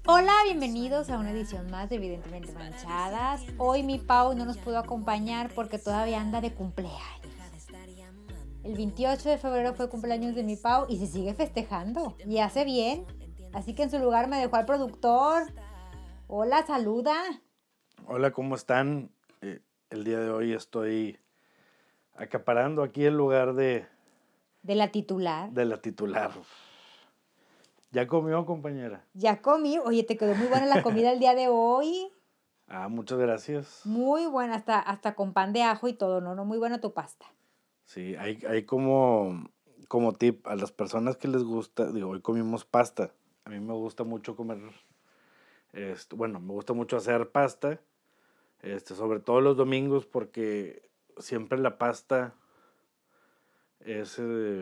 Hola, bienvenidos a una edición más de Evidentemente Manchadas. Hoy mi Pau no nos pudo acompañar porque todavía anda de cumpleaños. El 28 de febrero fue cumpleaños de mi Pau y se sigue festejando y hace bien. Así que en su lugar me dejó al productor. Hola, saluda. Hola, ¿cómo están? El día de hoy estoy acaparando aquí el lugar De la titular. de la titular. ¿Ya comió, compañera? Ya comí. Oye, te quedó muy buena la comida el día de hoy. Muchas gracias. Muy buena, hasta con pan de ajo y todo, ¿no? Muy buena tu pasta. Sí, hay como tip a las personas que les gusta, digo, hoy comimos pasta. A mí me gusta mucho comer, me gusta mucho hacer pasta, sobre todo los domingos porque siempre la pasta es,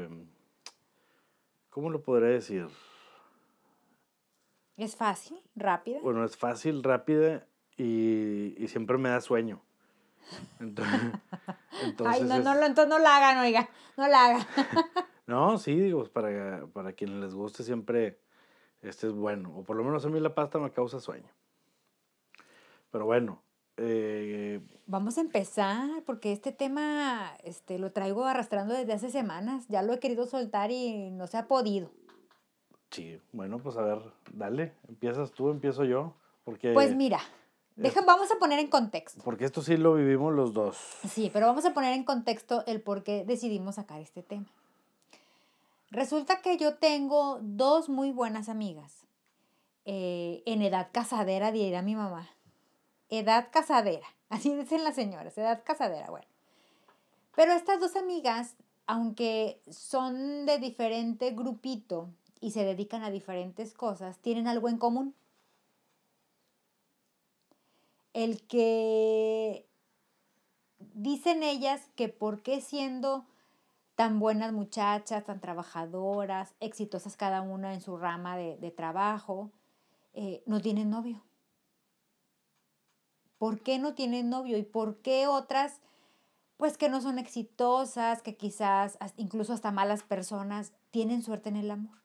¿cómo lo podré decir? Es fácil, rápida. Bueno, es fácil, rápida y siempre me da sueño. Entonces, Ay, entonces entonces no la hagan, oiga, no la hagan. No, sí, digo, para quienes les guste siempre este es bueno. O por lo menos a mí la pasta me causa sueño. Pero bueno, Vamos a empezar porque este tema lo traigo arrastrando desde hace semanas. Ya lo he querido soltar y no se ha podido. sí, bueno, pues a ver, dale, empiezas tú, empiezo yo, Pues porque, mira, es- vamos a poner en contexto. porque esto sí lo vivimos los dos. Sí, pero vamos a poner en contexto el por qué decidimos sacar este tema. Resulta que yo tengo dos muy buenas amigas en edad casadera, diría mi mamá. Edad casadera, así dicen las señoras, edad casadera, bueno. Pero estas dos amigas, aunque son de diferente grupito y se dedican a diferentes cosas, tienen algo en común. El que dicen ellas que por qué siendo tan buenas muchachas, tan trabajadoras, exitosas cada una en su rama de trabajo, no tienen novio. ¿Por qué no tienen novio? ¿Y por qué otras, pues que no son exitosas, que quizás incluso hasta malas personas, tienen suerte en el amor?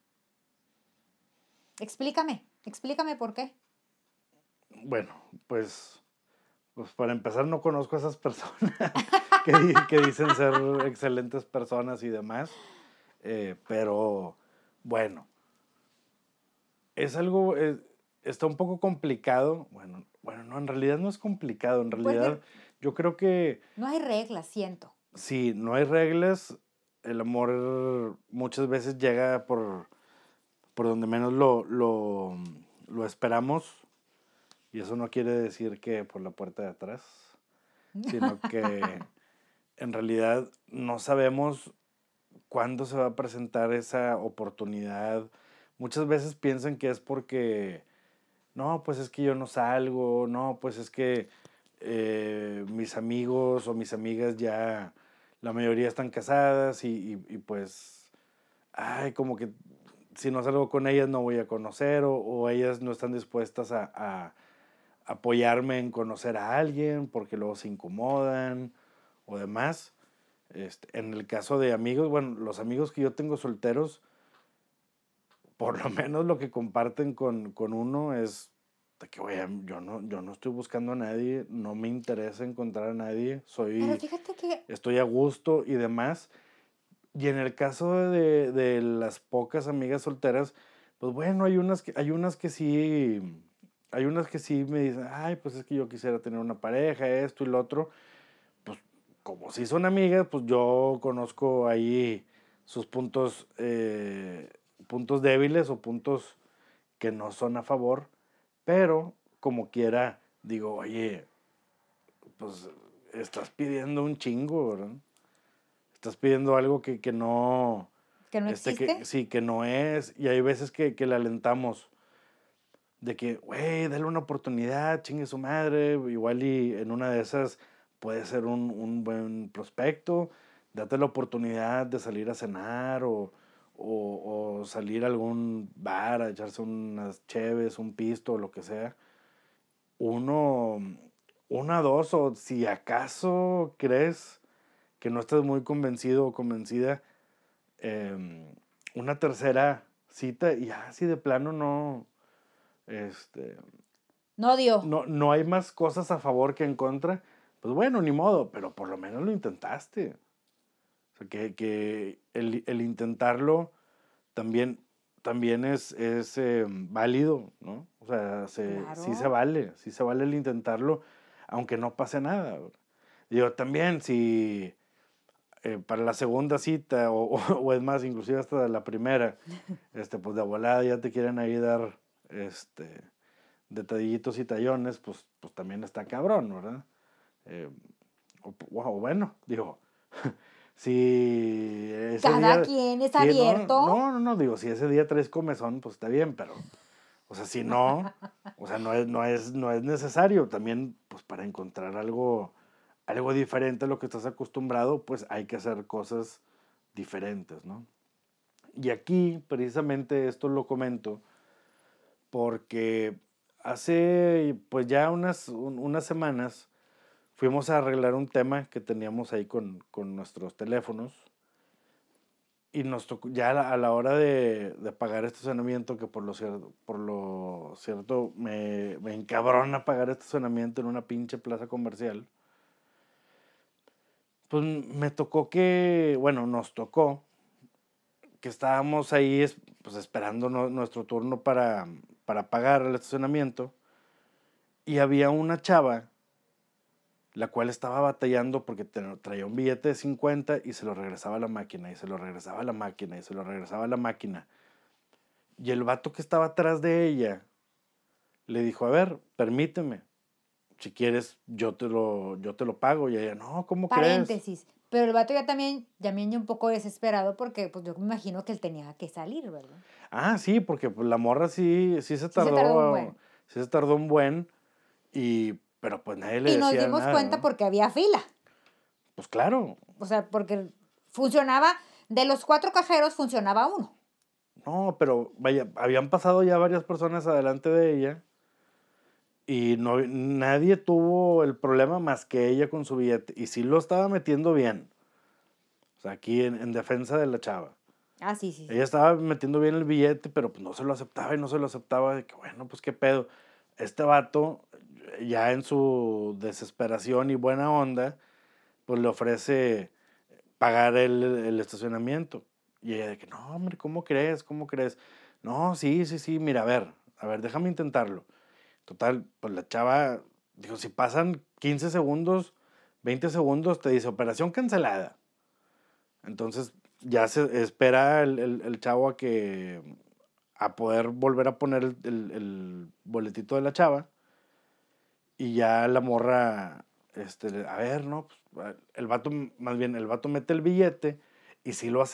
Explícame por qué. Bueno, pues para empezar no conozco a esas personas que dicen ser excelentes personas y demás. Pero bueno, es algo, está un poco complicado. Bueno, no, en realidad no es complicado. En Pues realidad yo creo que no hay reglas, siento. si no hay reglas, el amor muchas veces llega por donde menos lo esperamos. Y eso no quiere decir que por la puerta de atrás, sino que en realidad no sabemos cuándo se va a presentar esa oportunidad. Muchas veces piensan que es porque, no, pues es que yo no salgo, no, pues es que mis amigos o mis amigas ya, la mayoría están casadas y pues, ay, como que si no salgo con ellas no voy a conocer o ellas no están dispuestas a apoyarme en conocer a alguien porque luego se incomodan o demás. En el caso de amigos, bueno, los amigos que yo tengo solteros, por lo menos lo que comparten con uno es de que, oye, yo no estoy buscando a nadie, no me interesa encontrar a nadie, Pero fíjate que estoy a gusto y demás. Y en el caso de las pocas amigas solteras, pues bueno, hay unas que sí me dicen, ay, pues es que yo quisiera tener una pareja, esto y lo otro. Pues como si son amigas, pues yo conozco ahí sus puntos débiles o puntos que no son a favor, pero como quiera, digo, oye, pues estás pidiendo un chingo, ¿verdad? Estás pidiendo algo que no, que no que existe. sí, que no es, y hay veces que le alentamos de que, güey, dale una oportunidad, chingue su madre, igual y en una de esas puede ser un buen prospecto, date la oportunidad de salir a cenar o salir a algún bar a echarse unas cheves, un pisto o lo que sea. Uno, una, dos, o si acaso crees que no estás muy convencido o convencida, una tercera cita y así de plano no, este, No dio. no hay más cosas a favor que en contra, pues bueno, ni modo, pero por lo menos lo intentaste. O sea, que el intentarlo también, también es válido, ¿no? O sea, Claro. sí se vale el intentarlo, aunque no pase nada. Digo, también si para la segunda cita, o es más, inclusive hasta la primera, pues de volada ya te quieren ahí dar este, detallitos y tallones, pues también está cabrón, ¿verdad? Eh, bueno, digo, si ese Cada día, quien es sí, abierto. no, digo, si ese día traes comezón, pues está bien, pero, o sea, si no, o sea, no es necesario. También, pues para encontrar algo diferente a lo que estás acostumbrado, pues hay que hacer cosas diferentes, ¿no? Y aquí, precisamente, esto lo comento porque hace, pues ya unas semanas, fuimos a arreglar un tema que teníamos ahí con nuestros teléfonos y nos tocó, ya a la hora de pagar estacionamiento, que por lo cierto me encabrona pagar estacionamiento en una pinche plaza comercial, pues me tocó bueno, nos tocó que estábamos ahí pues esperando nuestro turno para pagar el estacionamiento y había una chava la cual estaba batallando porque traía un billete de 50 y se lo regresaba a la máquina, y se lo regresaba a la máquina, y se lo regresaba a la máquina. Y el vato que estaba atrás de ella le dijo, a ver, permíteme, si quieres yo te lo pago. Y ella, no, ¿cómo crees? Paréntesis. Pero el vato ya un poco desesperado porque pues yo me imagino que él tenía que salir, ¿verdad? Ah, sí, porque pues, la morra Sí se tardó un buen. sí se tardó un buen, pero pues nadie le Y nos decía dimos nada, cuenta ¿no? porque había fila. Pues claro, O sea, porque funcionaba, de los 4 cajeros funcionaba uno. no, pero vaya, habían pasado ya varias personas adelante de ella. Y nadie tuvo el problema más que ella con su billete. Y sí lo estaba metiendo bien. O sea, aquí en defensa de la chava. Ah, sí, sí, Ella sí. estaba metiendo bien el billete, pero pues no se lo aceptaba y no se lo aceptaba. De que bueno, pues qué pedo. Este vato, ya en su desesperación y buena onda, pues le ofrece pagar el estacionamiento. Y ella de que, no, hombre, ¿cómo crees? ¿Cómo crees? No, sí, mira, a ver, déjame intentarlo. Total, pues la chava, dijo, si pasan 15 segundos, 20 segundos, te dice operación cancelada. Entonces ya se espera el chavo a poder volver a poner el boletito de la chava y ya la morra, a ver, ¿no? Pues, el vato, más bien, el vato mete el billete y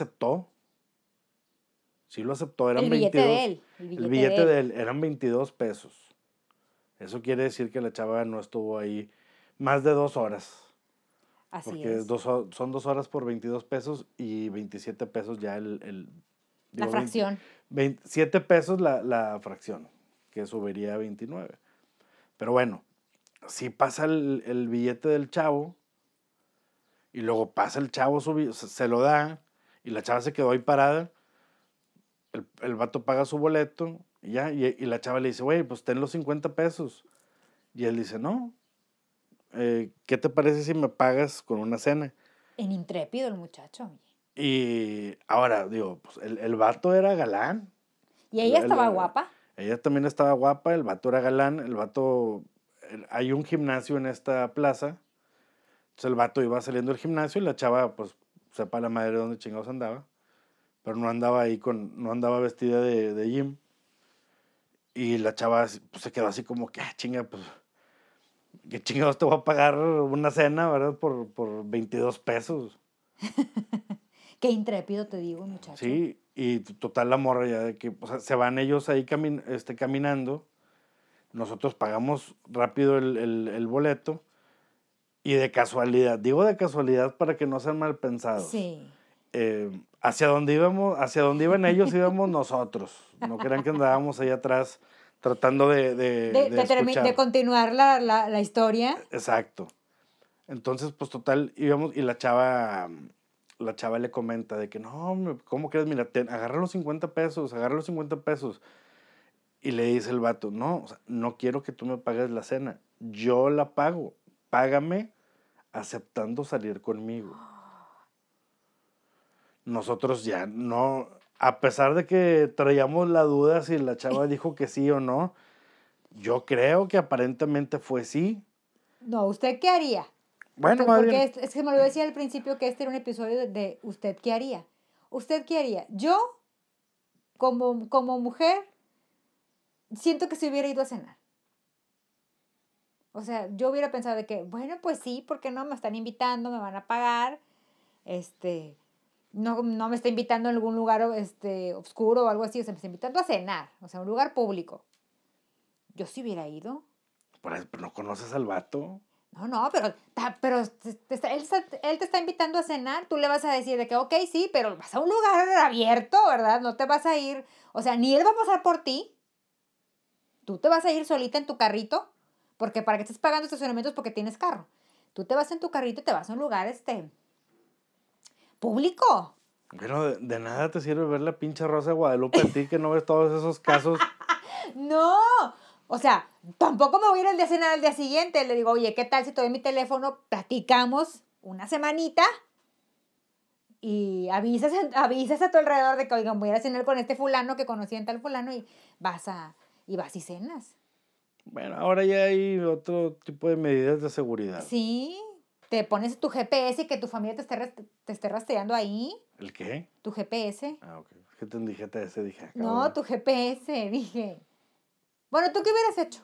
sí lo aceptó, El eran billete de 22, él, el el billete de billete de él. él eran 22 pesos. Eso quiere decir que la chava no estuvo ahí más de 2 horas, Así porque es. son 2 horas por 22 pesos y 27 pesos ya La digo, fracción. 27 pesos la fracción, que subiría a 29. Pero bueno, si pasa el billete del chavo y luego pasa el chavo, se lo da y la chava se quedó ahí parada, el vato paga su boleto y ya, y la chava le dice, güey, pues ten los 50 pesos. Y él dice, no, ¿qué te parece si me pagas con una cena? En intrépido el muchacho, oye. Y ahora, digo, pues el vato era galán. Y El- ella el- estaba el- guapa. ella también estaba guapa, el vato era galán, hay un gimnasio en esta plaza. Entonces el vato iba saliendo del gimnasio y la chava, pues, sepa la madre de dónde chingados andaba. Pero no andaba vestida de gym. Y la chava pues, se quedó así como que, chinga, pues, ¿qué chingados te voy a pagar una cena, verdad? Por 22 pesos. Qué intrépido te digo, muchacho. Sí, y total la morra ya de que, o sea, se van ellos ahí caminando, nosotros pagamos rápido el boleto y de casualidad, digo de casualidad para que no sean mal pensados, Sí. hacia donde iban ellos íbamos nosotros, no crean que andábamos ahí atrás tratando de De escuchar, continuar la historia. exacto. Entonces, pues total, íbamos y la chava le comenta de que no, ¿cómo crees? Mira, agarra los 50 pesos, agarra los 50 pesos. Y le dice el vato, no, o sea, no quiero que tú me pagues la cena. Yo la pago. Págame aceptando salir conmigo. Nosotros ya no, a pesar de que traíamos la duda si la chava dijo que sí o no, yo creo que aparentemente fue sí. No, ¿usted qué haría? Bueno, más Porque bien, es que me lo decía al principio que este era un episodio de ¿usted qué haría? ¿Usted qué haría? Yo, como mujer, siento que se hubiera ido a cenar. O sea, yo hubiera pensado de que, bueno, pues sí, porque no me están invitando, me van a pagar, no me está invitando a algún lugar oscuro o algo así, o sea, me está invitando a cenar, o sea, un lugar público. Yo sí hubiera ido. pero no conoces al vato. No, pero él te está invitando a cenar, tú le vas a decir de que, ok, sí, pero vas a un lugar abierto, ¿verdad? No te vas a ir, o sea, ni él va a pasar por ti, tú te vas a ir solita en tu carrito, porque para que estés pagando estacionamientos porque tienes carro. Tú te vas en tu carrito y te vas a un lugar, público. Bueno, de nada te sirve ver la pinche Rosa de Guadalupe a ti que no ves todos esos casos. No, o sea, tampoco me voy a ir al día a cenar al día siguiente. Le digo, oye, ¿qué tal si te doy mi teléfono? Platicamos una semanita y avisas a tu alrededor de que, oigan, voy a ir a cenar con este fulano que conocí en tal fulano y vas y cenas. Bueno, ahora ya hay otro tipo de medidas de seguridad. Sí, te pones tu GPS y que tu familia te esté rastreando ahí. ¿El qué? Tu GPS. Ah, ok. Es que te dije ese, dije, No, cabrón. tu GPS, dije. Bueno, ¿tú qué hubieras hecho?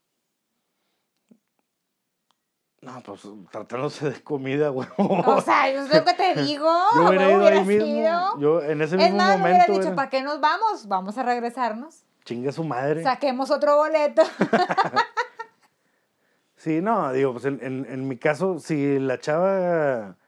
No, pues tratándose de comida, güey. O sea, es lo que te digo, Yo hubiera huevo ido ahí hubiera mismo. sido. Yo en ese Es mismo más, me hubieras momento dicho, era. ¿para qué nos vamos? Vamos a regresarnos. Chinga su madre. Saquemos otro boleto. Sí, no, digo, pues en mi caso, si la chava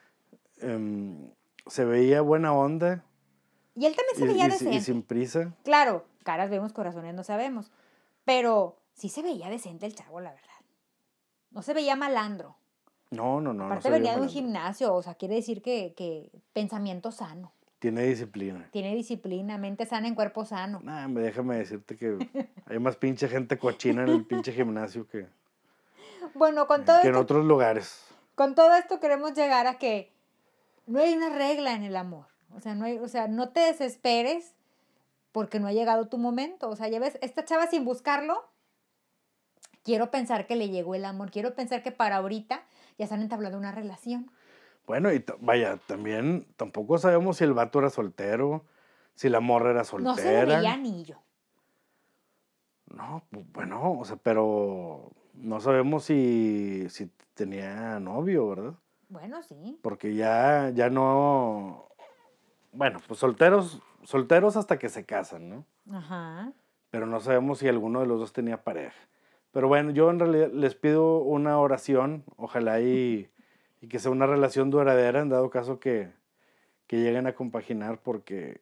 se veía buena onda Y él también se veía y sin decente. prisa, Claro, caras vemos, corazones no sabemos. Pero sí se veía decente el chavo, la verdad. No se veía malandro. no Aparte se veía venía de un malandro. gimnasio, o sea, quiere decir que pensamiento sano. Tiene disciplina. Tiene disciplina, mente sana en cuerpo sano. Nah, déjame decirte que hay más pinche gente cochina en el pinche gimnasio Bueno, que en otros lugares. con todo esto queremos llegar a que no hay una regla en el amor. O sea, no te desesperes porque no ha llegado tu momento. O sea, ya ves, esta chava sin buscarlo, quiero pensar que le llegó el amor. Quiero pensar que para ahorita ya se han entablado una relación. Bueno, y vaya, también tampoco sabemos si el vato era soltero, si la morra era No se le veía soltera. anillo. No, bueno, o sea, pero no sabemos si tenía novio, ¿verdad? Bueno, sí. Porque ya no. Bueno, pues solteros hasta que se casan, ¿no? Ajá. Pero no sabemos si alguno de los dos tenía pareja. Pero bueno, yo en realidad les pido una oración, ojalá y que sea una relación duradera, en dado caso que lleguen a compaginar, porque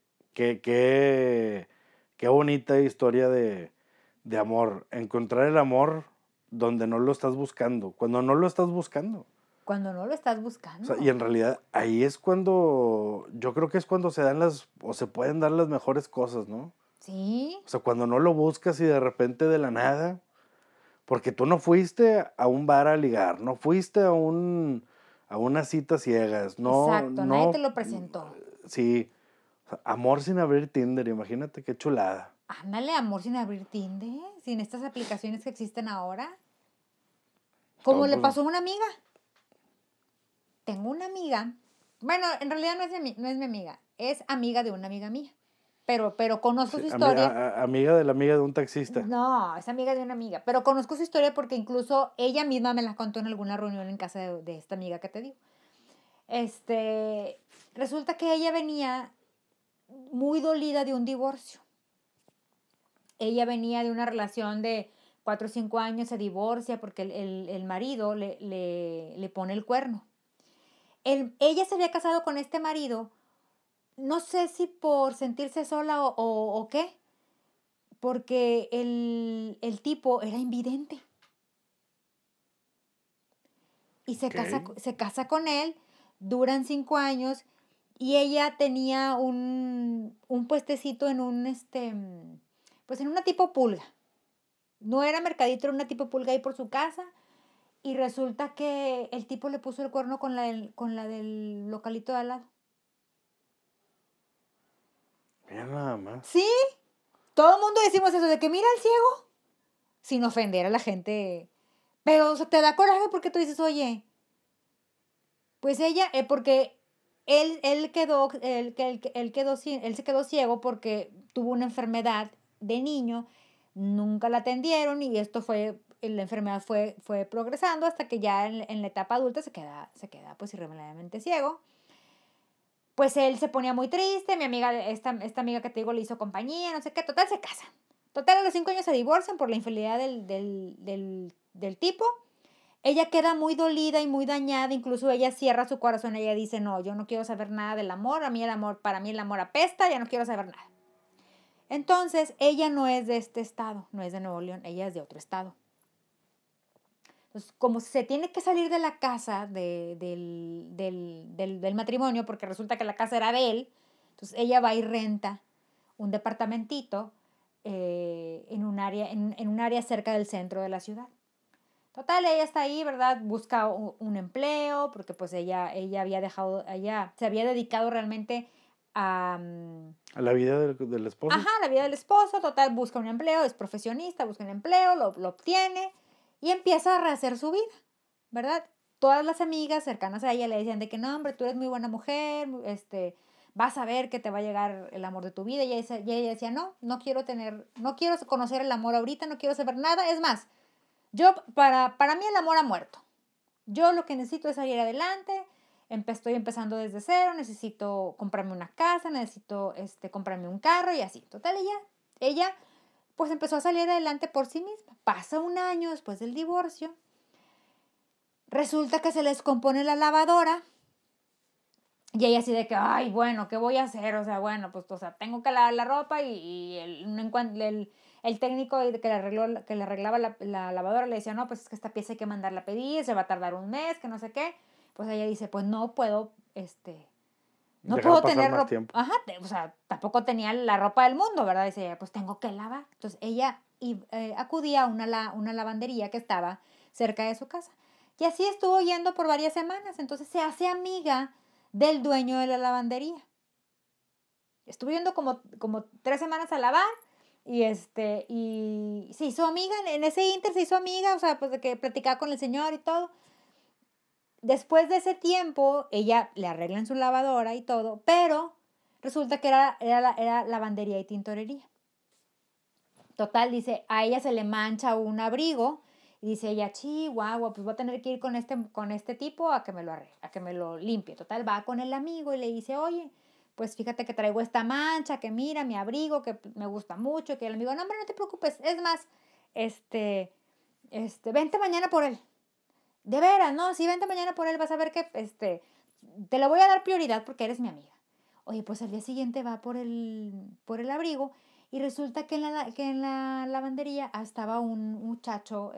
qué bonita historia de amor. Encontrar el amor donde no lo estás buscando, cuando no lo estás buscando. Cuando no lo estás O buscando. sea, y en realidad ahí es cuando, yo creo que es cuando se dan o se pueden dar las mejores cosas, ¿no? Sí. O sea, cuando no lo buscas y de repente de la nada, porque tú no fuiste a un bar a ligar, no fuiste a unas citas ciegas, Exacto. Nadie te lo presentó. sí, o sea, amor sin abrir Tinder, imagínate qué chulada. Ándale, amor sin abrir Tinder, sin estas aplicaciones que existen ahora. Todo, Como le pues, pasó a una amiga. Tengo una amiga. Bueno, en realidad no es mi amiga. Es amiga de una amiga mía. Pero conozco sí, su historia. amiga de la amiga de un taxista. No, es amiga de una amiga. Pero conozco su historia porque incluso ella misma me la contó en alguna reunión en casa de esta amiga que te digo. Resulta que ella venía muy dolida de un divorcio. Ella venía de una relación de 4 o 5 años, se divorcia porque el marido le pone el cuerno. Ella se había casado con este marido, no sé si por sentirse sola o qué, porque el tipo era invidente. Y Ok. se casa con él, duran 5 años y ella tenía un puestecito en pues pues en una tipo pulga. No era mercadito, era una tipo pulga ahí por su casa. Y resulta que el tipo le puso el cuerno con la del localito de al lado. Mira nada más. Sí, todo el mundo decimos eso, de que mira al ciego, sin ofender a la gente. Pero o sea, te da coraje porque tú dices, oye, pues ella, porque él se quedó ciego porque tuvo una enfermedad de niño, nunca la atendieron y la enfermedad fue progresando hasta que ya en la etapa adulta se queda pues irremediablemente ciego. Pues él se ponía muy triste, mi amiga, esta amiga que te digo le hizo compañía, no sé qué, total se casan. Total a los 5 años se divorcian por la infidelidad del tipo. Ella queda muy dolida y muy dañada, incluso ella cierra su corazón, ella dice, no, yo no quiero saber nada del amor, para mí el amor apesta, ya no quiero saber nada. Entonces, ella no es de este estado, no es de Nuevo León, ella es de otro estado. Entonces, como se tiene que salir de la casa del matrimonio, porque resulta que la casa era de él, entonces ella va y renta un departamentito en un área cerca del centro de la ciudad. Total, ella está ahí, ¿verdad? Busca un empleo, porque pues ella se había dedicado realmente a... A la vida del esposo. Ajá, la vida del esposo, total, busca un empleo, es profesionista, busca un empleo, lo obtiene y empieza a rehacer su vida, ¿verdad? Todas las amigas cercanas a ella le decían de que no, hombre, tú eres muy buena mujer, vas a ver que te va a llegar el amor de tu vida. Y ella decía, no, no quiero conocer el amor ahorita, no quiero saber nada, es más. Para mí el amor ha muerto. Yo lo que necesito es salir adelante. Estoy empezando desde cero. Necesito comprarme una casa. Necesito comprarme un carro y así. Total, ella pues empezó a salir adelante por sí misma. Pasa un año después del divorcio. Resulta que se les compone la lavadora. Y ella así de que, ay, bueno, ¿qué voy a hacer? O sea, bueno, pues, o sea, tengo que lavar la ropa y el técnico que le arreglaba la lavadora le decía, no, pues es que esta pieza hay que mandarla a pedir, se va a tardar un mes, que no sé qué. Pues ella dice, pues no puedo, no Dejar puedo pasar tener más ropa, tiempo. ajá, o sea, tampoco tenía la ropa del mundo, ¿verdad? Dice ella, pues tengo que lavar. Entonces ella acudía a una lavandería que estaba cerca de su casa. Y así estuvo yendo por varias semanas. Entonces se hace amiga del dueño de la lavandería. Estuvo yendo como 3 semanas a lavar y se hizo amiga, en ese inter se hizo amiga, o sea, pues de que platicaba con el señor y todo. Después de ese tiempo, ella le arreglan su lavadora y todo, pero resulta que era lavandería y tintorería. Total, dice, a ella se le mancha un abrigo y dice ella, chihuahua, pues voy a tener que ir con este tipo a que me lo arregle, a que me lo limpie. Total, va con el amigo y le dice, oye, pues fíjate que traigo esta mancha, que mira mi abrigo, que me gusta mucho, que el amigo, no, hombre, no te preocupes, es más, vente mañana por él. De veras, no, sí, vente mañana por él, vas a ver que, te lo voy a dar prioridad porque eres mi amiga. Oye, pues al día siguiente va por el abrigo y resulta que en la lavandería estaba un muchacho,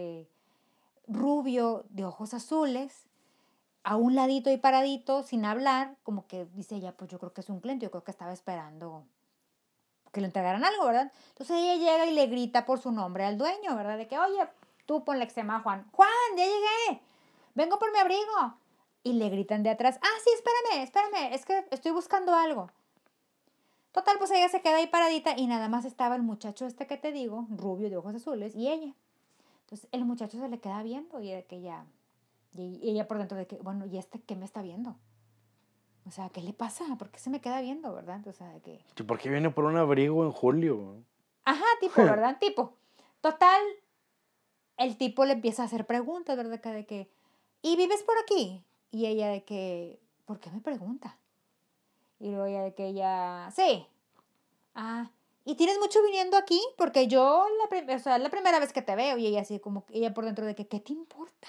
rubio, de ojos azules, a un ladito y paradito, sin hablar, como que dice ella, pues yo creo que es un cliente, yo creo que estaba esperando que le entregaran algo, ¿verdad? Entonces ella llega y le grita por su nombre al dueño, ¿verdad? De que, oye, tú ponle que se llama Juan. Juan, ya llegué, vengo por mi abrigo. Y le gritan de atrás, ah, sí, espérame, es que estoy buscando algo. Total, pues ella se queda ahí paradita y nada más estaba el muchacho que te digo, rubio de ojos azules, y ella. Entonces el muchacho se le queda viendo y ella por dentro de que, bueno, ¿y qué me está viendo? O sea, ¿qué le pasa? ¿Por qué se me queda viendo, verdad? O sea, de que... ¿Por qué viene por un abrigo en julio? Ajá, tipo, ¿verdad? Tipo. Total, el tipo le empieza a hacer preguntas, ¿verdad? De que, ¿y vives por aquí? Y ella de que, ¿por qué me pregunta? Y luego ella de que sí. Ah, ¿y tienes mucho viniendo aquí? Porque yo, o sea, es la primera vez que te veo. Y ella así, como, ella por dentro de que, ¿qué te importa?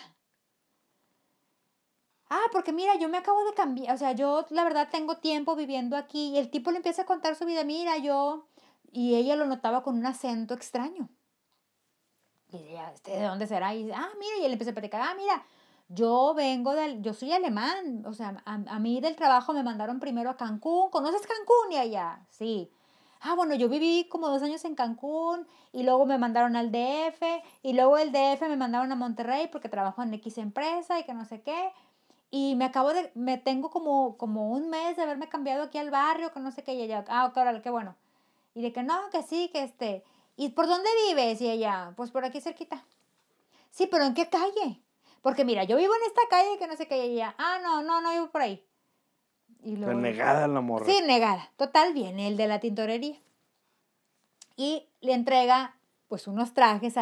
Ah, porque mira, yo me acabo de cambiar, o sea, yo la verdad tengo tiempo viviendo aquí. Y el tipo le empieza a contar su vida, mira, y ella lo notaba con un acento extraño. Y ella, ¿de dónde será? Y dice, mira, y él empieza a platicar, mira, yo soy alemán, o sea, a mí del trabajo me mandaron primero a Cancún, ¿conoces Cancún? Y ella, sí. Bueno, yo viví como 2 años en Cancún y luego me mandaron al DF y luego del DF me mandaron a Monterrey porque trabajo en X empresa y que no sé qué. Y me tengo como un mes de haberme cambiado aquí al barrio, que no sé qué, y ella, ok, órale, qué bueno. Y de que no, que sí, que ¿y por dónde vives? Y ella, pues por aquí cerquita. Sí, pero ¿en qué calle? Porque mira, yo vivo en esta calle que no sé qué, y ella, no vivo por ahí. Y O sea, luego, negada la morra. sí, negada. Total, viene el de la tintorería. Y le entrega, pues, unos trajes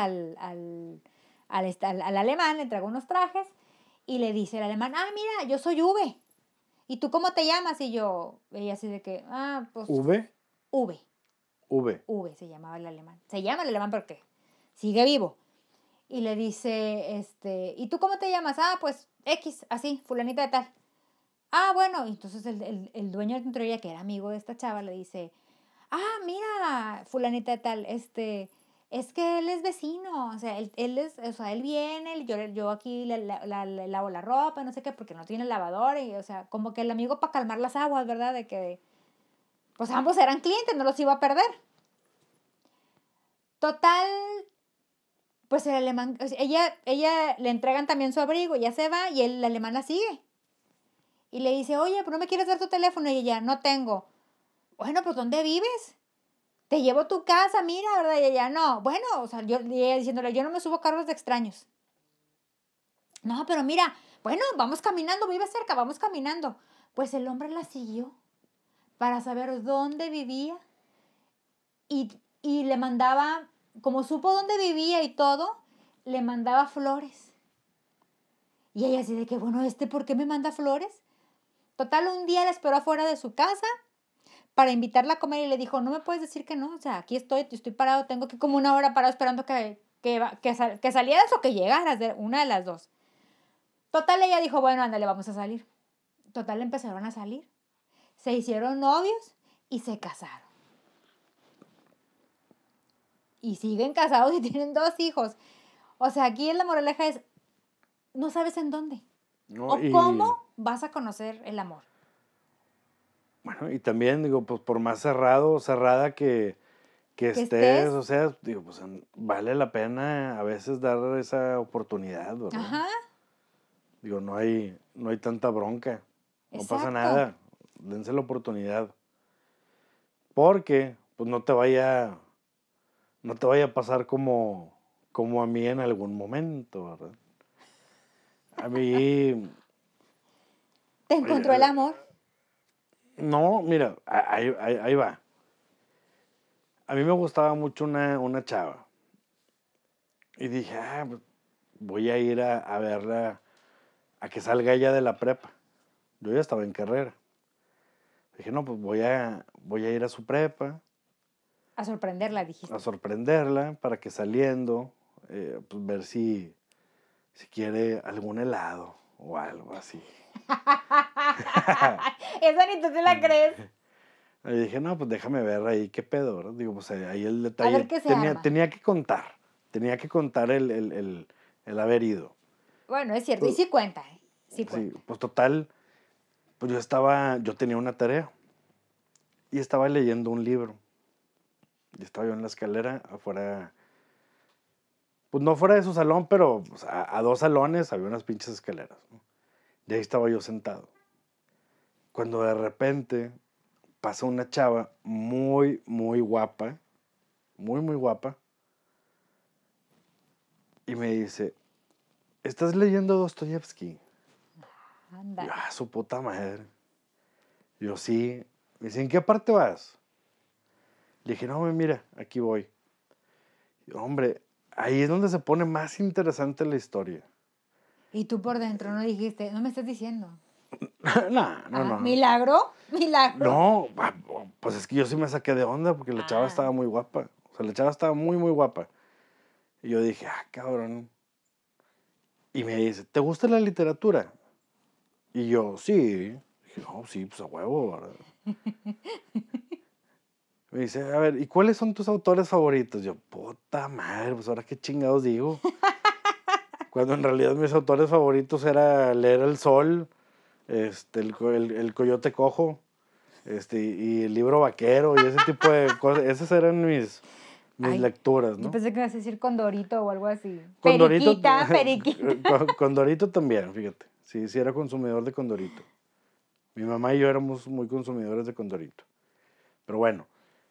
al alemán, le entrega unos trajes y le dice el alemán, mira, yo soy V. ¿Y tú cómo te llamas? Y ella así de que, pues, ¿V? V. V. V se llamaba el alemán. Se llama el alemán porque sigue vivo. Y le dice, ¿y tú cómo te llamas? Pues X, así, fulanita de tal. Bueno, y entonces el dueño de la tintorería, que era amigo de esta chava, le dice, mira, fulanita de tal, es que él es vecino, o sea, él es, o sea, él viene, yo aquí le lavo la ropa, no sé qué, porque no tiene lavadora, y, o sea, como que el amigo para calmar las aguas, ¿verdad? De que, pues ambos eran clientes, no los iba a perder. Total, pues el alemán, o sea, ella le entregan también su abrigo, ya se va, y el alemán la sigue. Y le dice, oye, ¿pero no me quieres dar tu teléfono? Y ella, no tengo. Bueno, pues ¿dónde vives? Te llevo a tu casa, mira, ¿verdad? Y ella, no. Bueno, o sea, y ella diciéndole, yo no me subo carros de extraños. No, pero mira, bueno, vamos caminando, vive cerca, vamos caminando. Pues el hombre la siguió para saber dónde vivía y le mandaba, como supo dónde vivía y todo, le mandaba flores. Y ella así de que, bueno, ¿por qué me manda flores? Total, un día la esperó afuera de su casa para invitarla a comer y le dijo, no me puedes decir que no, o sea, aquí estoy parado, tengo que como una hora parado esperando que salieras o que llegaras, una de las dos. Total, ella dijo, bueno, ándale, vamos a salir. Total, empezaron a salir. Se hicieron novios y se casaron. Y siguen casados y tienen 2 hijos. O sea, aquí la moraleja es, no sabes en dónde ¿No? o cómo vas a conocer el amor. Bueno, y también, digo, pues por más cerrado o cerrada que Que estés, estés, o sea, digo, pues vale la pena a veces dar esa oportunidad, ¿verdad? ajá, Digo, no hay tanta bronca, no pasa exacto. nada, dense la oportunidad. Porque, pues no te vaya a pasar como a mí en algún momento, ¿verdad? A mí, Te encontró el amor. no, mira, ahí va. A mí me gustaba mucho una chava. Y dije, pues, voy a ir a verla, a que salga ella de la prepa. Yo ya estaba en carrera. Dije, no, pues voy a ir a su prepa, A sorprenderla, a dijiste. sorprenderla, para que saliendo, pues ver si quiere algún helado o algo así. Esa ni tú te la crees. Y dije, no, pues déjame ver ahí qué pedo, ¿verdad? Digo, pues ahí el A ver detalle. qué se Tenía, arma. tenía que contar. Tenía que contar el haber ido. Bueno, es cierto. Y Pues, sí cuenta, ¿eh? Sí sí, cuenta. pues total, pues yo tenía una tarea y estaba leyendo un libro. Y estaba yo en la escalera afuera, pues no fuera de su salón, pero pues, a 2 salones había unas pinches escaleras, ¿no? Y ahí estaba yo sentado. Cuando de repente pasa una chava muy, muy guapa, muy, muy guapa, y me dice, ¿estás leyendo Dostoyevsky? Y yo, Ándale. su puta madre. Yo, sí. Me dice, ¿en qué parte vas? Le dije, no, mira, aquí voy. Y, hombre, ahí es donde se pone más interesante la historia. Y tú por dentro no dijiste, no me estás diciendo. No, no, no. ¿Milagro? ¿Milagro? No, pues es que yo sí me saqué de onda porque la chava Ah. estaba muy guapa. O sea, la chava estaba muy, muy guapa. Y yo dije, cabrón. Y me dice, ¿te gusta la literatura? Y yo, sí. Dije, no, sí, pues a huevo, ¿verdad? Me dice, a ver, ¿y cuáles son tus autores favoritos? Yo, puta madre, pues ahora qué chingados digo. Cuando en realidad mis autores favoritos era Leer el Sol, el Coyote Cojo, y el libro vaquero y ese tipo de cosas. Esas eran mis Ay, lecturas, yo ¿no? pensé que ibas a decir Condorito o algo así. Condorito, Periquita. Condorito también, fíjate. Sí, sí era consumidor de Condorito. Mi mamá y yo éramos muy consumidores de Condorito. Pero bueno,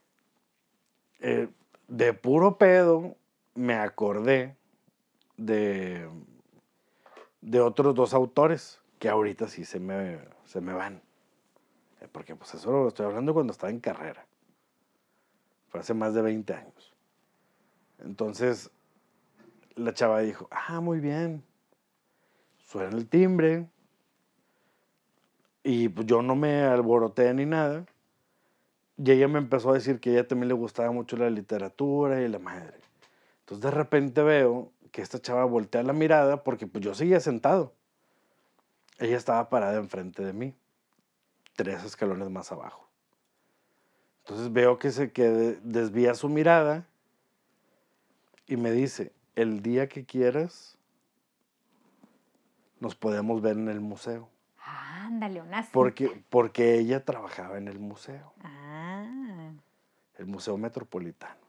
de puro pedo me acordé de otros dos autores que ahorita sí se me van. Porque pues eso lo estoy hablando cuando estaba en carrera. Fue hace más de 20 años. Entonces, la chava dijo, muy bien. Suena el timbre. Y pues yo no me alboroté ni nada. Y ella me empezó a decir que a ella también le gustaba mucho la literatura y la madre. Entonces de repente veo que esta chava voltea la mirada porque pues yo seguía sentado. Ella estaba parada enfrente de mí, 3 escalones más abajo. Entonces veo que desvía su mirada y me dice, el día que quieras nos podemos ver en el museo. Ándale, una cita. Porque ella trabajaba en el museo. Ah. El Museo Metropolitano.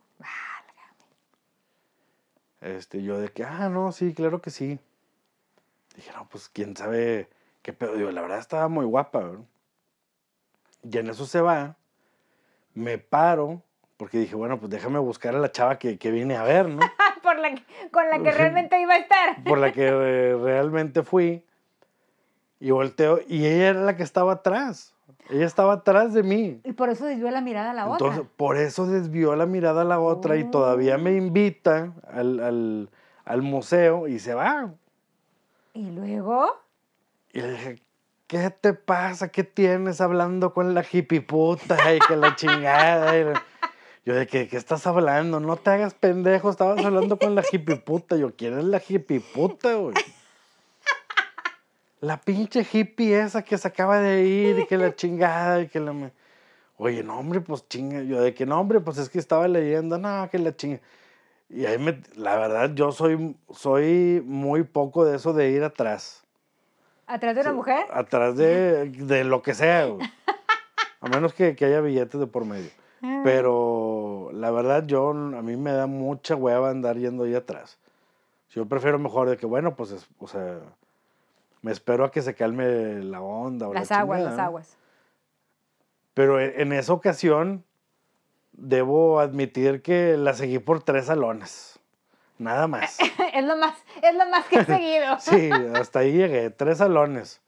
Válgame. Yo de que, no, sí, claro que sí. Dije, no, pues quién sabe qué pedo. Digo, la verdad estaba muy guapa, ¿no? Y en eso se va, me paro, porque dije, bueno, pues déjame buscar a la chava que vine a ver, ¿no? Con la que realmente iba a estar. Por la que realmente fui. Y volteo, y ella era la que estaba atrás. Ella estaba atrás de mí. Y por eso desvió la mirada a la Entonces, otra. por eso desvió la mirada a la otra y todavía me invita al museo y se va. ¿Y luego? Y le dije, ¿qué te pasa? ¿Qué tienes hablando con la hippieputa y que la chingada? Yo de ¿qué estás hablando? No te hagas pendejo, estabas hablando con la hippieputa. Yo, ¿quién es la hippieputa, güey? La pinche hippie esa que se acaba de ir y que la chingada y que la... Oye, no, hombre, pues chinga. Yo de que no, hombre, pues es que estaba leyendo, no, que la chinga. Y ahí la verdad, yo soy muy poco de eso de ir atrás. ¿Atrás de una mujer? Atrás de lo que sea, güey. A menos que haya billetes de por medio. Pero la verdad, a mí me da mucha hueva andar yendo ahí atrás. Yo prefiero mejor de que, bueno, pues, o sea, me espero a que se calme la onda o Las la aguas, chingada, las ¿no? aguas. Pero en esa ocasión, debo admitir que la seguí por 3 salones. Nada más. Es lo más que he seguido. Sí, hasta ahí llegué, 3 salones.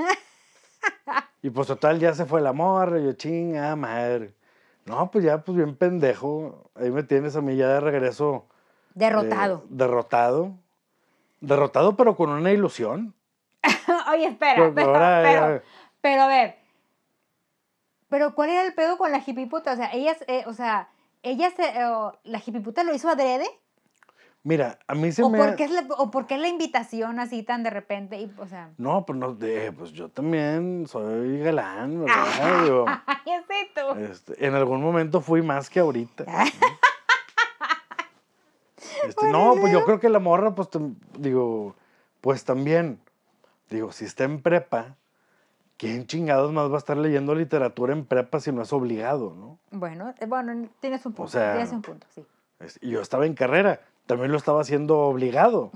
Y pues total, ya se fue la morra, y yo, chinga madre. No, pues ya, pues bien pendejo. Ahí me tienes a mí ya de regreso. Derrotado. Derrotado, pero con una ilusión. Oye, espera, pero a ver. Pero ¿cuál era el pedo con la hippieputa? O sea, la hippieputa lo hizo adrede. Mira, a mí se ¿O me... por qué es la invitación así tan de repente? Y, o sea... No, pues no, pues yo también soy galán, ¿verdad? Digo, Ya sé tú. en algún momento fui más que ahorita. No, pues yo creo que la morra, pues, digo, pues también, digo, si está en prepa, ¿quién chingados más va a estar leyendo literatura en prepa si no es obligado, no? Bueno, tienes un punto, O sea, tienes un punto, sí. Y yo estaba en carrera, también lo estaba haciendo obligado,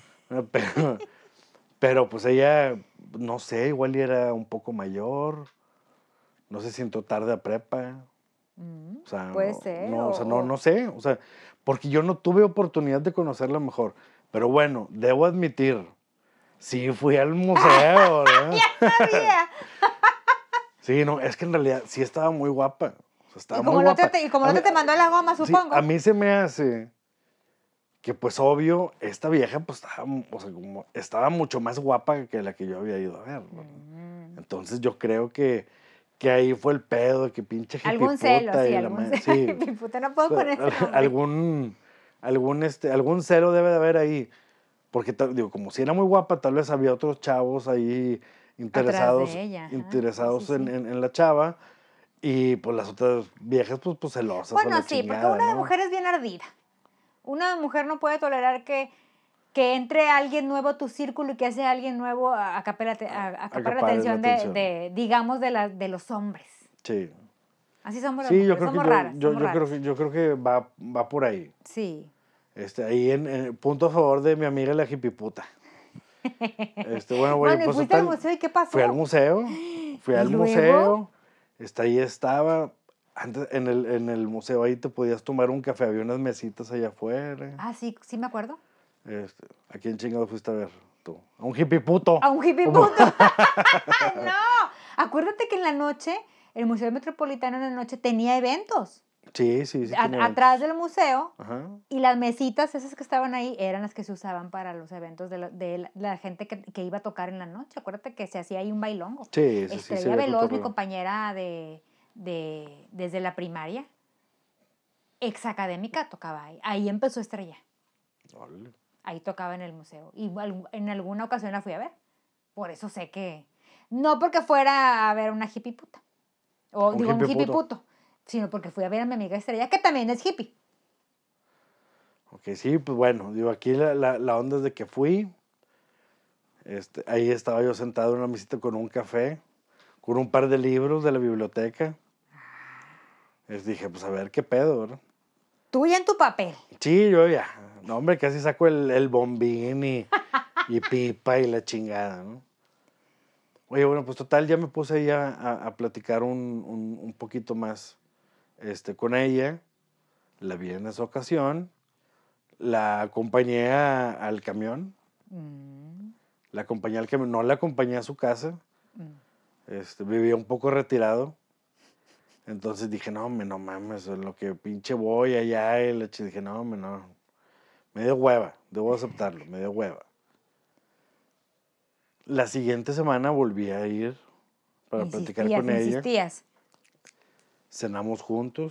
pero pues ella, no sé, igual y era un poco mayor, no sé si entró tarde a prepa, o sea, Puede ser, no, o sea, no sé, o sea, porque yo no tuve oportunidad de conocerla mejor, pero bueno, debo admitir, sí fui al museo, ¿verdad? ¡Ya sabía! Sí, no, es que en realidad sí estaba muy guapa. O sea, estaba Y como muy el otro guapa. te mandó a la goma, Sí, supongo. a mí se me hace que, pues, obvio, esta vieja, pues, o sea, como, estaba mucho más guapa que la que yo había ido a ver, ¿no? Entonces, yo creo que ahí fue el pedo, de que pinche Algún celo, hippieputa sí, y algún celo. sí. Hippieputa, no puedo O sea, poner ese nombre. algún celo debe de haber ahí. Porque, digo, como si era muy guapa, tal vez había otros chavos ahí Atrás interesados, de ella. Ajá. interesados Sí. en la chava. Y pues las otras viejas, pues celosas o Bueno, la sí, porque chingada, una de ¿no? mujer es bien ardida. Una mujer no puede tolerar que entre alguien nuevo a tu círculo y que ese alguien nuevo acapare la Acapare la atención atención. digamos, de los hombres. Sí. Así somos las Sí, mujeres, somos raras, somos raras. yo creo que va por ahí. Sí. Ahí en punto a favor de mi amiga la hippieputa. Bueno, güey, Bueno, ¿y pues fuiste al total, museo y qué pasó? fui al museo, ¿Y luego? ahí estaba, antes en el museo ahí te podías tomar un café, había unas mesitas allá afuera. Ah, sí, sí me acuerdo. ¿A quién chingado fuiste a ver tú? A un hippieputo. A un hippie puto. No, acuérdate que en la noche, el Museo Metropolitano en la noche tenía eventos. Sí, tenía Atrás eventos. del museo. Ajá. Y las mesitas esas que estaban ahí eran las que se usaban para los eventos de la gente que iba a tocar en la noche. Acuérdate que se hacía ahí un bailongo. Sí, se Estrella había Veloz, mi cotorreo. compañera desde la primaria, exacadémica, tocaba ahí. Ahí empezó Estrella. Órale. Ahí tocaba en el museo. Y en alguna ocasión la fui a ver. Por eso sé que... No porque fuera a ver una hippie puta. O Un digo, un hippie hippieputo. puto. Sino porque fui a ver a mi amiga Estrella, que también es hippie. Ok, sí, pues bueno, digo, aquí la onda es de que fui, ahí estaba yo sentado en una mesita con un café, con un par de libros de la biblioteca. Dije, pues a ver qué pedo, ¿verdad? Tú ya en tu papel. Sí, yo ya, no hombre, casi saco el bombín y pipa y la chingada, ¿no? Oye, bueno, pues total, ya me puse ahí a platicar un poquito más con ella. La vi en esa ocasión. La acompañé al camión. Mm, La acompañé al camión. No la acompañé a su casa. mm. Vivía un poco retirado. Entonces dije, no, no mames, en lo que pinche voy allá. Dije, no, no. Me dio hueva, debo aceptarlo, me dio hueva. La siguiente semana volví a ir para platicar Insistías, con ella. insistías. Cenamos juntos.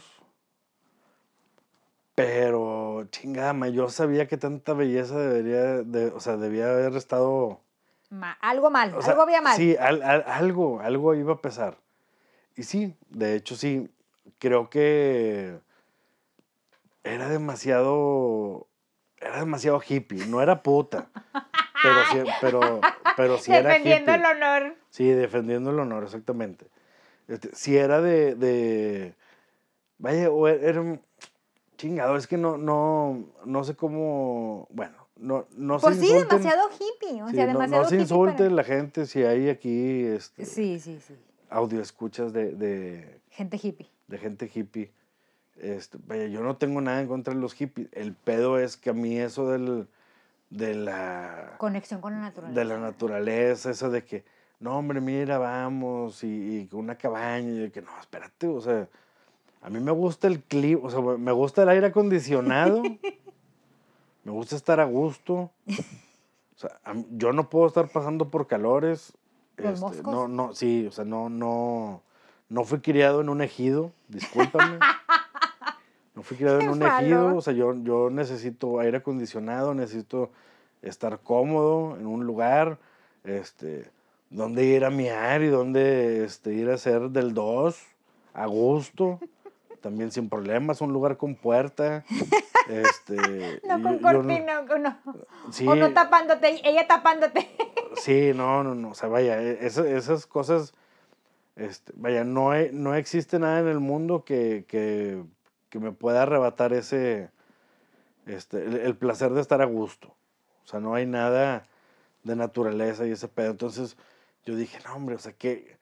Pero, chingada, yo sabía que tanta belleza debía haber estado... Algo mal, O algo sea, había mal. sí, algo iba a pesar. Y sí, de hecho sí, creo que era demasiado hippie, no era puta, pero sí era Defendiendo el hippie. honor. Sí, defendiendo el honor, exactamente. Sí era vaya, era chingado, es que no sé cómo, bueno, no se Pues sí, insulten, demasiado hippie. O sea, sí, no demasiado se hippie para... insulte la gente si hay aquí, Sí, sí, sí. audio escuchas Gente hippie. de gente hippie. Vaya, yo no tengo nada en contra de los hippies. El pedo es que a mí eso de la Conexión con la naturaleza. naturaleza, eso de que, no, hombre, mira, vamos, y una cabaña, y de que, no, espérate, o sea, a mí me gusta el clima, o sea, me gusta el aire acondicionado, me gusta estar a gusto, o sea, yo no puedo estar pasando por calores, Los moscos. sí, o sea, no fui criado en un ejido, discúlpame. No fui criado en Qué un ejido, malo. o sea, yo necesito aire acondicionado, necesito estar cómodo en un lugar, donde ir a miar y donde ir a hacer del 2 a gusto, también sin problemas, un lugar con puerta, No con yo no, cortina, no. O no sí, tapándote, ella tapándote. sí, no, o sea, vaya, esas cosas, vaya, no existe nada en el mundo que me pueda arrebatar el placer de estar a gusto. O sea, no hay nada de naturaleza y ese pedo. Entonces, yo dije, no, hombre, o sea,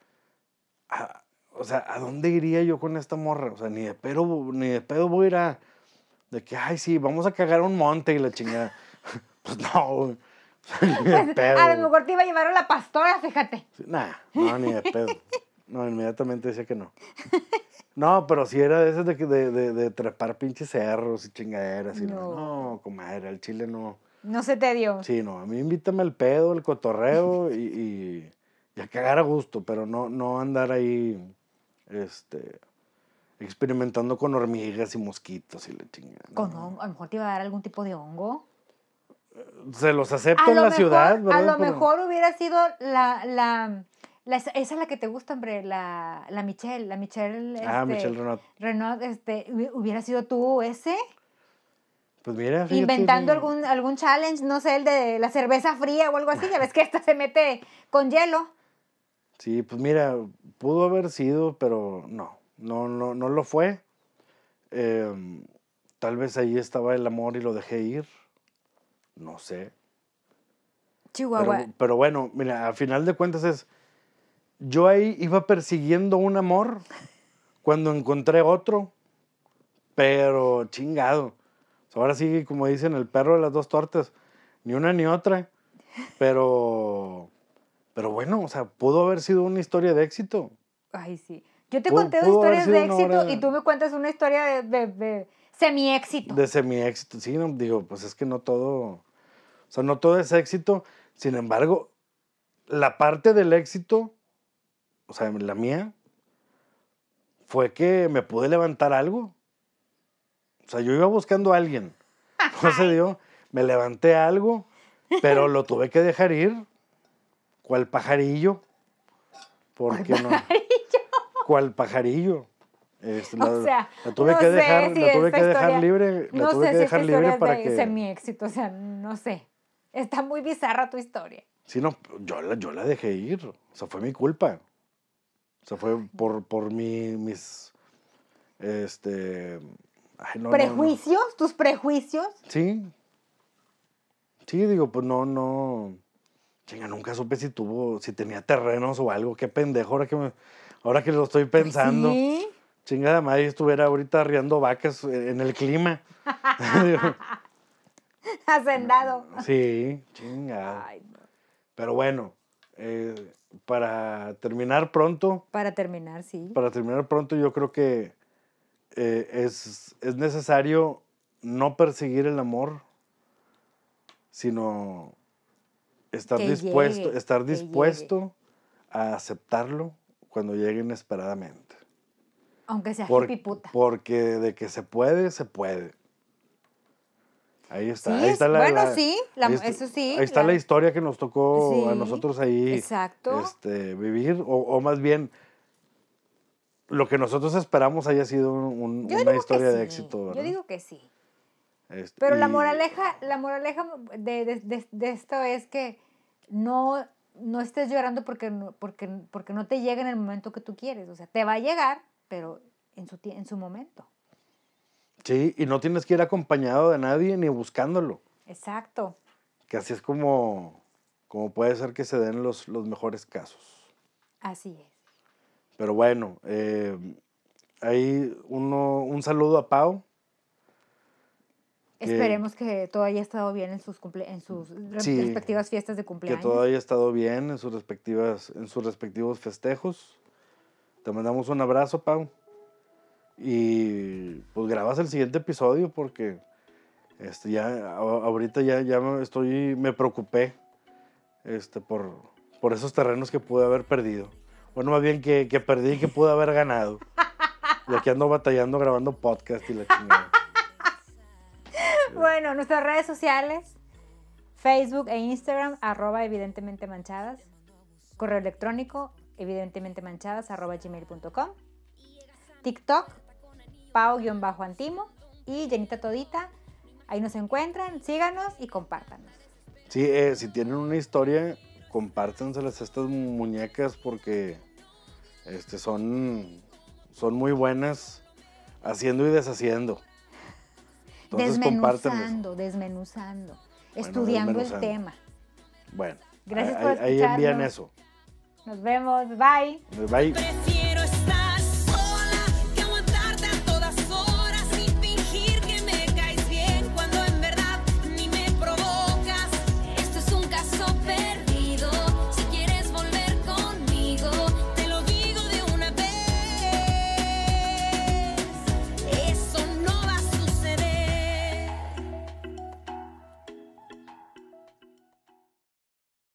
¿a dónde iría yo con esta morra? O sea, ni de pedo voy a ir de que, ay, sí, vamos a cagar un monte y la chingada. Pues no, güey. Ni de Pues pedo, a lo güey. mejor te iba a llevar a la pastora, fíjate. Sí, no, ni de pedo. No, inmediatamente decía que no. No, pero sí era de esas de trepar pinches cerros y chingaderas. Y No. no, comadre, al chile no. No se te dio. Sí, no, a mí invítame al pedo, el cotorreo y a cagar a gusto, pero no andar ahí, experimentando con hormigas y mosquitos y la chingada. Con hongo, a lo mejor te iba a dar algún tipo de hongo. Se los acepto en la ciudad, A ¿verdad? lo mejor hubiera sido esa es la que te gusta, hombre, la Michelle, Michelle Renaud. Renaud, hubiera sido tú ese, Pues mira, fíjate. inventando algún challenge, no sé, el de la cerveza fría o algo así, ya ves que esta se mete con hielo. Sí, pues mira, pudo haber sido, pero no, no lo fue. Tal vez ahí estaba el amor y lo dejé ir. No sé. Chihuahua. Pero bueno, mira, a final de cuentas yo ahí iba persiguiendo un amor cuando encontré otro, pero chingado. Ahora sí, como dicen, el perro de las dos tortas, ni una ni otra. Pero bueno, o sea, pudo haber sido una historia de éxito. Ay, sí. Yo te conté dos Pudo haber historias sido de una éxito obra y tú me cuentas una historia de semi-éxito. de semi-éxito. Sí, no, digo, pues es que no todo es éxito. Sin embargo, la parte del éxito, o sea, la mía, fue que me pude levantar algo. O sea, yo iba buscando a alguien. No se dio. Me levanté algo, pero lo tuve que dejar ir. ¿Cuál pajarillo? ¿Por qué no? ¿Cuál pajarillo? O sea, la tuve no que sé dejar, si la tuve esta que dejar historia, libre, la no tuve sé que si esta dejar historia libre es para de que. semi-éxito, o sea, no sé. Está muy bizarra tu historia. Sí, no, yo la dejé ir. O sea, fue mi culpa. O sea, fue por mis ay, no. ¿Prejuicios? ¿Tus prejuicios? Sí. Sí, digo, pues no. Chinga, nunca supe si tenía terrenos o algo. Qué pendejo, ahora que lo estoy Pues pensando. sí. Chingada madre, estuviera ahorita arriando vacas en el clima. Digo, Hacendado. sí, chingado. Ay, no. Pero bueno, para terminar pronto, Para terminar, sí. yo creo que es necesario no perseguir el amor, sino estar Que llegue. dispuesto a aceptarlo cuando llegue inesperadamente. Aunque sea hippie-puta. Porque de que se puede, se puede. Ahí está. Sí, Ahí está sí, eso sí. Ahí está la historia que nos tocó a Sí, nosotros ahí exacto. vivir. O más bien, lo que nosotros esperamos haya sido Yo una digo historia que de sí. éxito, ¿verdad? Yo digo que sí. Y Pero la moraleja de esto es que no estés llorando porque no te llega en el momento que tú quieres. O sea, te va a llegar, pero en su momento. sí, y no tienes que ir acompañado de nadie ni buscándolo. Exacto. Que así es como puede ser que se den los mejores casos. Así es. Pero bueno, ahí un saludo a Pau. Esperemos que todo haya estado bien en sus Sí, respectivas fiestas de que cumpleaños. todo haya estado bien en sus respectivos festejos. Te mandamos un abrazo, Pau. Y pues grabas el siguiente episodio porque ahorita ya me preocupé por esos terrenos que pude haber perdido. Bueno, más bien que perdí y que pude haber ganado. Y aquí ando batallando grabando podcast y la chingada. Bueno, nuestras redes sociales, Facebook e Instagram, @evidentemente manchadas. Correo electrónico, evidentementemanchadas, @gmail.com. TikTok, Pau-Antimo y Llenita Todita. Ahí nos encuentran, síganos y compártanos. Sí, si tienen una historia, compártanselas a estas muñecas porque son muy buenas haciendo y deshaciendo. Entonces, desmenuzando, estudiando el tema. Bueno, gracias por escucharnos. ahí envían eso. Nos vemos, bye. Bye.